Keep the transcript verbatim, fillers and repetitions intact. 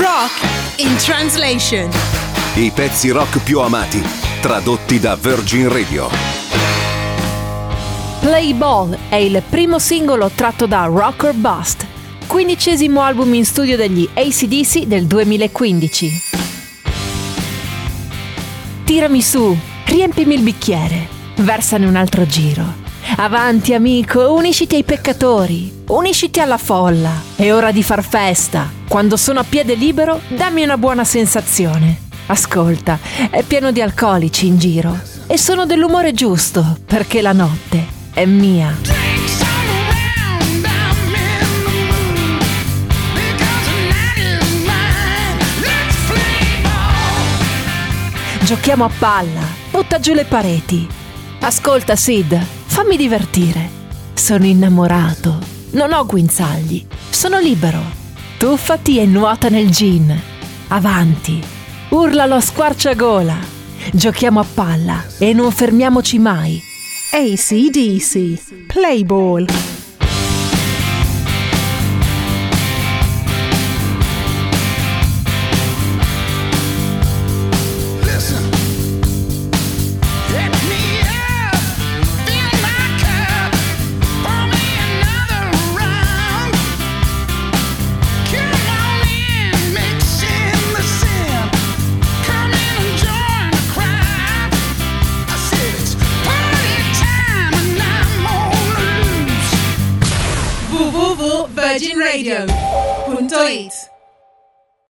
Rock in Translation. I pezzi rock più amati, tradotti da Virgin Radio. Play Ball è il primo singolo tratto da Rock or Bust, quindicesimo album in studio degli A C D C del duemilaquindici. Tirami su, riempimi il bicchiere, versane un altro giro. Avanti amico, unisciti ai peccatori, unisciti alla folla. È ora di far festa. Quando sono a piede libero, dammi una buona sensazione. Ascolta, è pieno di alcolici in giro e sono dell'umore giusto perché la notte è mia. Giochiamo a palla, butta giù le pareti. Ascolta Sid, fammi divertire. Sono innamorato, non ho guinzagli, sono libero. Tuffati e nuota nel gin. Avanti, urlalo a squarciagola. Giochiamo a palla e non fermiamoci mai. A C D C, Play Ball. Virgin Radio punto it